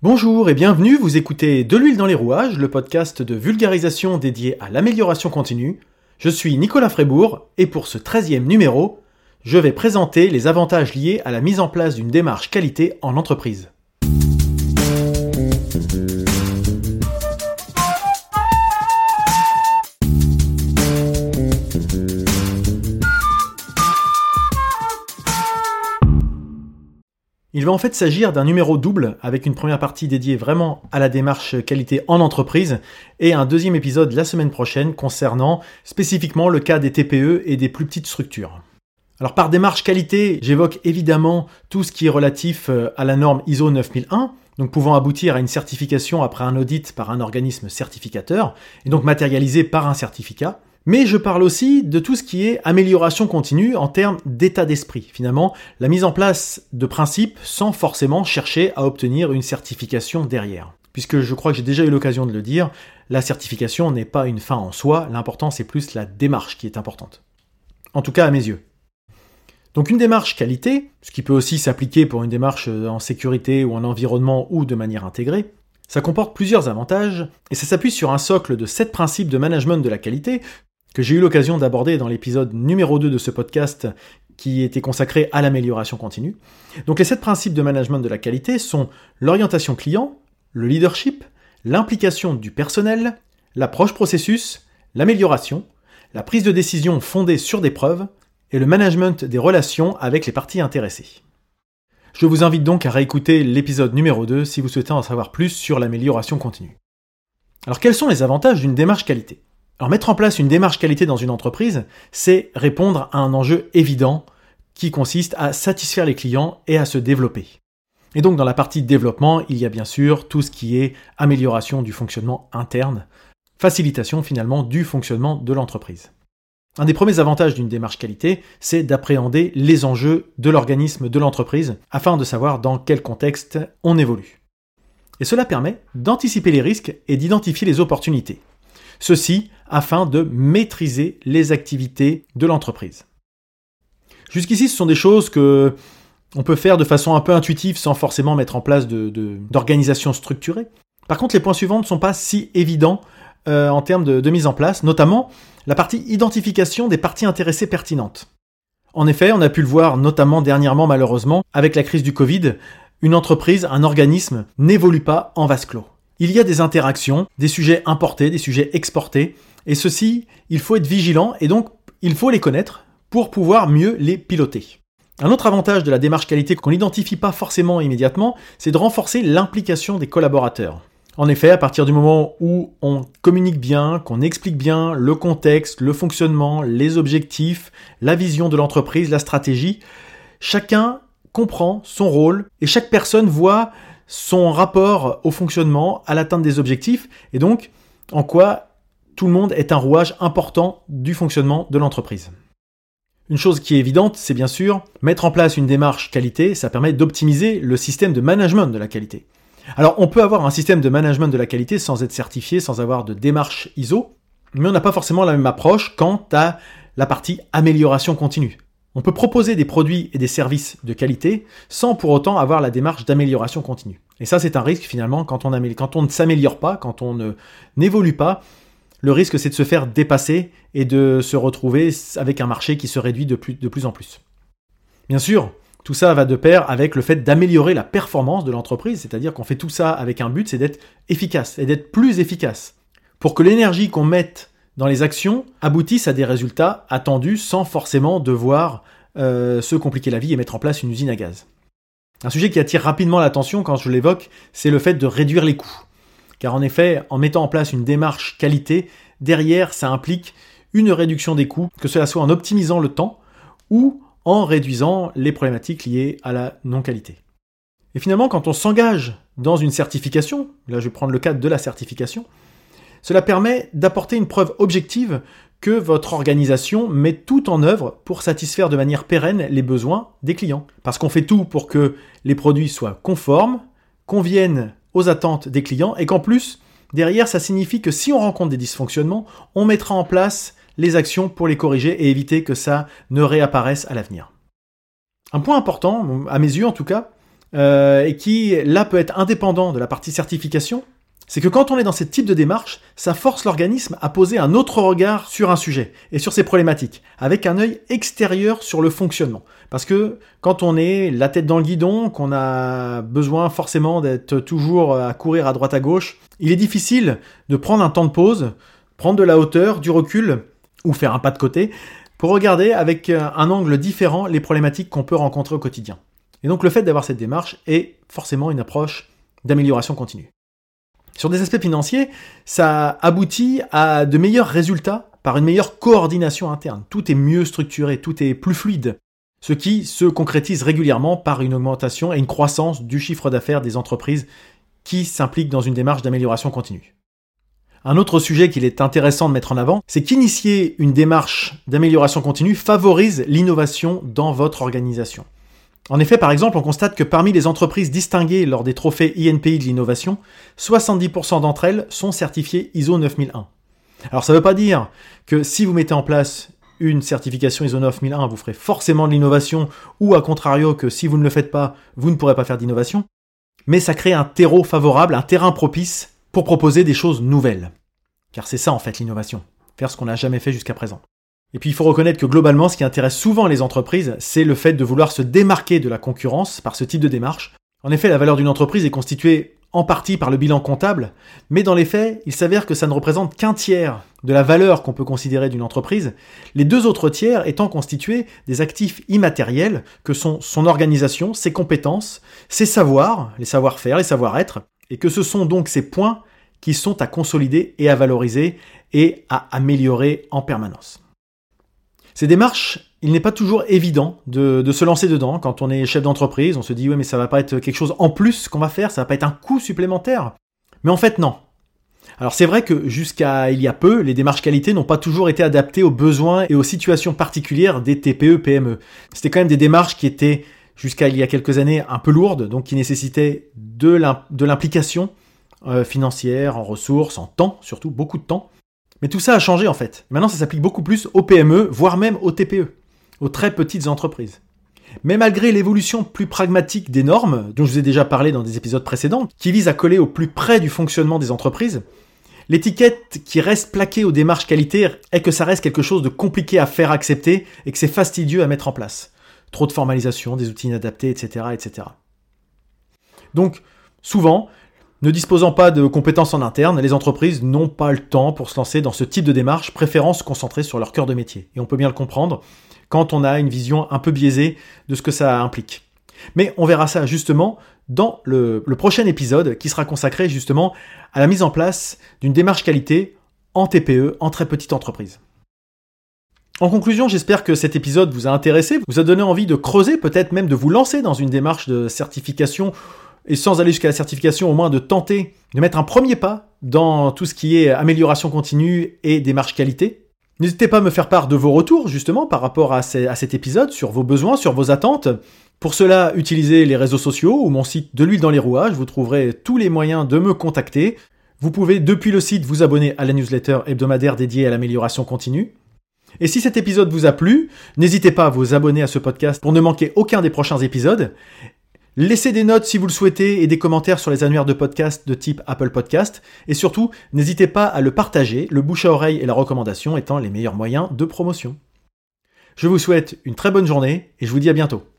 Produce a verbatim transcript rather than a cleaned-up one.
Bonjour et bienvenue, vous écoutez De l'huile dans les rouages, le podcast de vulgarisation dédié à l'amélioration continue. Je suis Nicolas Frébourg et pour ce treizième numéro, je vais présenter les avantages liés à la mise en place d'une démarche qualité en entreprise. Il va en fait s'agir d'un numéro double avec une première partie dédiée vraiment à la démarche qualité en entreprise et un deuxième épisode la semaine prochaine concernant spécifiquement le cas des T P E et des plus petites structures. Alors par démarche qualité, j'évoque évidemment tout ce qui est relatif à la norme I S O neuf mille un, donc pouvant aboutir à une certification après un audit par un organisme certificateur et donc matérialisé par un certificat. Mais je parle aussi de tout ce qui est amélioration continue en termes d'état d'esprit. Finalement, la mise en place de principes sans forcément chercher à obtenir une certification derrière. Puisque je crois que j'ai déjà eu l'occasion de le dire, la certification n'est pas une fin en soi, l'important c'est plus la démarche qui est importante. En tout cas à mes yeux. Donc une démarche qualité, ce qui peut aussi s'appliquer pour une démarche en sécurité ou en environnement ou de manière intégrée, ça comporte plusieurs avantages et ça s'appuie sur un socle de sept principes de management de la qualité que j'ai eu l'occasion d'aborder dans l'épisode numéro deux de ce podcast qui était consacré à l'amélioration continue. Donc les sept principes de management de la qualité sont l'orientation client, le leadership, l'implication du personnel, l'approche processus, l'amélioration, la prise de décision fondée sur des preuves et le management des relations avec les parties intéressées. Je vous invite donc à réécouter l'épisode numéro deux si vous souhaitez en savoir plus sur l'amélioration continue. Alors quels sont les avantages d'une démarche qualité ? Alors mettre en place une démarche qualité dans une entreprise, c'est répondre à un enjeu évident qui consiste à satisfaire les clients et à se développer. Et donc dans la partie développement, il y a bien sûr tout ce qui est amélioration du fonctionnement interne, facilitation finalement du fonctionnement de l'entreprise. Un des premiers avantages d'une démarche qualité, c'est d'appréhender les enjeux de l'organisme de l'entreprise afin de savoir dans quel contexte on évolue. Et cela permet d'anticiper les risques et d'identifier les opportunités. Ceci afin de maîtriser les activités de l'entreprise. Jusqu'ici, ce sont des choses que on peut faire de façon un peu intuitive sans forcément mettre en place de, de, d'organisation structurée. Par contre, les points suivants ne sont pas si évidents euh, en termes de, de mise en place, notamment la partie identification des parties intéressées pertinentes. En effet, on a pu le voir notamment dernièrement malheureusement avec la crise du Covid, une entreprise, un organisme n'évolue pas en vase clos. Il y a des interactions, des sujets importés, des sujets exportés, et ceci, il faut être vigilant et donc il faut les connaître pour pouvoir mieux les piloter. Un autre avantage de la démarche qualité qu'on n'identifie pas forcément immédiatement, c'est de renforcer l'implication des collaborateurs. En effet, à partir du moment où on communique bien, qu'on explique bien le contexte, le fonctionnement, les objectifs, la vision de l'entreprise, la stratégie, chacun comprend son rôle et chaque personne voit son rapport au fonctionnement, à l'atteinte des objectifs, et donc en quoi tout le monde est un rouage important du fonctionnement de l'entreprise. Une chose qui est évidente, c'est bien sûr, mettre en place une démarche qualité, ça permet d'optimiser le système de management de la qualité. Alors on peut avoir un système de management de la qualité sans être certifié, sans avoir de démarche I S O, mais on n'a pas forcément la même approche quant à la partie amélioration continue. On peut proposer des produits et des services de qualité sans pour autant avoir la démarche d'amélioration continue. Et ça, c'est un risque finalement quand on, amé- quand on ne s'améliore pas, quand on ne, n'évolue pas. Le risque, c'est de se faire dépasser et de se retrouver avec un marché qui se réduit de plus, de plus en plus. Bien sûr, tout ça va de pair avec le fait d'améliorer la performance de l'entreprise, c'est-à-dire qu'on fait tout ça avec un but, c'est d'être efficace et d'être plus efficace. Pour que l'énergie qu'on mette dans les actions aboutissent à des résultats attendus sans forcément devoir euh, se compliquer la vie et mettre en place une usine à gaz. Un sujet qui attire rapidement l'attention quand je l'évoque, c'est le fait de réduire les coûts. Car en effet, en mettant en place une démarche qualité, derrière, ça implique une réduction des coûts, que cela soit en optimisant le temps ou en réduisant les problématiques liées à la non-qualité. Et finalement, quand on s'engage dans une certification, là je vais prendre le cadre de la certification, cela permet d'apporter une preuve objective que votre organisation met tout en œuvre pour satisfaire de manière pérenne les besoins des clients. Parce qu'on fait tout pour que les produits soient conformes, conviennent aux attentes des clients et qu'en plus, derrière, ça signifie que si on rencontre des dysfonctionnements, on mettra en place les actions pour les corriger et éviter que ça ne réapparaisse à l'avenir. Un point important, à mes yeux en tout cas, euh, et qui, là, peut être indépendant de la partie certification, c'est que quand on est dans ce type de démarche, ça force l'organisme à poser un autre regard sur un sujet et sur ses problématiques, avec un œil extérieur sur le fonctionnement. Parce que quand on est la tête dans le guidon, qu'on a besoin forcément d'être toujours à courir à droite à gauche, il est difficile de prendre un temps de pause, prendre de la hauteur, du recul, ou faire un pas de côté, pour regarder avec un angle différent les problématiques qu'on peut rencontrer au quotidien. Et donc le fait d'avoir cette démarche est forcément une approche d'amélioration continue. Sur des aspects financiers, ça aboutit à de meilleurs résultats par une meilleure coordination interne. Tout est mieux structuré, tout est plus fluide, ce qui se concrétise régulièrement par une augmentation et une croissance du chiffre d'affaires des entreprises qui s'impliquent dans une démarche d'amélioration continue. Un autre sujet qu'il est intéressant de mettre en avant, c'est qu'initier une démarche d'amélioration continue favorise l'innovation dans votre organisation. En effet, par exemple, on constate que parmi les entreprises distinguées lors des trophées I N P I de l'innovation, soixante-dix pour cent d'entre elles sont certifiées I S O neuf mille un. Alors ça ne veut pas dire que si vous mettez en place une certification I S O neuf mille un, vous ferez forcément de l'innovation, ou à contrario que si vous ne le faites pas, vous ne pourrez pas faire d'innovation, mais ça crée un terreau favorable, un terrain propice pour proposer des choses nouvelles. Car c'est ça en fait l'innovation, faire ce qu'on n'a jamais fait jusqu'à présent. Et puis il faut reconnaître que globalement, ce qui intéresse souvent les entreprises, c'est le fait de vouloir se démarquer de la concurrence par ce type de démarche. En effet, la valeur d'une entreprise est constituée en partie par le bilan comptable, mais dans les faits, il s'avère que ça ne représente qu'un tiers de la valeur qu'on peut considérer d'une entreprise, les deux autres tiers étant constitués des actifs immatériels que sont son organisation, ses compétences, ses savoirs, les savoir-faire, les savoir-être, et que ce sont donc ces points qui sont à consolider et à valoriser et à améliorer en permanence. Ces démarches, il n'est pas toujours évident de, de se lancer dedans. Quand on est chef d'entreprise, on se dit « ouais, mais ça va pas être quelque chose en plus qu'on va faire, ça va pas être un coût supplémentaire ». Mais en fait, non. Alors c'est vrai que jusqu'à il y a peu, les démarches qualité n'ont pas toujours été adaptées aux besoins et aux situations particulières des T P E P M E. C'était quand même des démarches qui étaient, jusqu'à il y a quelques années, un peu lourdes, donc qui nécessitaient de l'implication euh, financière, en ressources, en temps, surtout beaucoup de temps. Mais tout ça a changé en fait. Maintenant, ça s'applique beaucoup plus aux P M E, voire même aux T P E, aux très petites entreprises. Mais malgré l'évolution plus pragmatique des normes, dont je vous ai déjà parlé dans des épisodes précédents, qui visent à coller au plus près du fonctionnement des entreprises, l'étiquette qui reste plaquée aux démarches qualité est que ça reste quelque chose de compliqué à faire accepter et que c'est fastidieux à mettre en place. Trop de formalisation, des outils inadaptés, et cetera, et cetera. Donc, souvent, ne disposant pas de compétences en interne, les entreprises n'ont pas le temps pour se lancer dans ce type de démarche, préférant se concentrer sur leur cœur de métier. Et on peut bien le comprendre quand on a une vision un peu biaisée de ce que ça implique. Mais on verra ça justement dans le, le prochain épisode qui sera consacré justement à la mise en place d'une démarche qualité en T P E, en très petite entreprise. En conclusion, j'espère que cet épisode vous a intéressé, vous a donné envie de creuser, peut-être même de vous lancer dans une démarche de certification et sans aller jusqu'à la certification, au moins de tenter de mettre un premier pas dans tout ce qui est amélioration continue et démarche qualité. N'hésitez pas à me faire part de vos retours, justement, par rapport à, ces, à cet épisode, sur vos besoins, sur vos attentes. Pour cela, utilisez les réseaux sociaux ou mon site De l'huile dans les rouages. Vous trouverez tous les moyens de me contacter. Vous pouvez, depuis le site, vous abonner à la newsletter hebdomadaire dédiée à l'amélioration continue. Et si cet épisode vous a plu, n'hésitez pas à vous abonner à ce podcast pour ne manquer aucun des prochains épisodes. Laissez des notes si vous le souhaitez et des commentaires sur les annuaires de podcast de type Apple Podcast. Et surtout, n'hésitez pas à le partager, le bouche à oreille et la recommandation étant les meilleurs moyens de promotion. Je vous souhaite une très bonne journée et je vous dis à bientôt.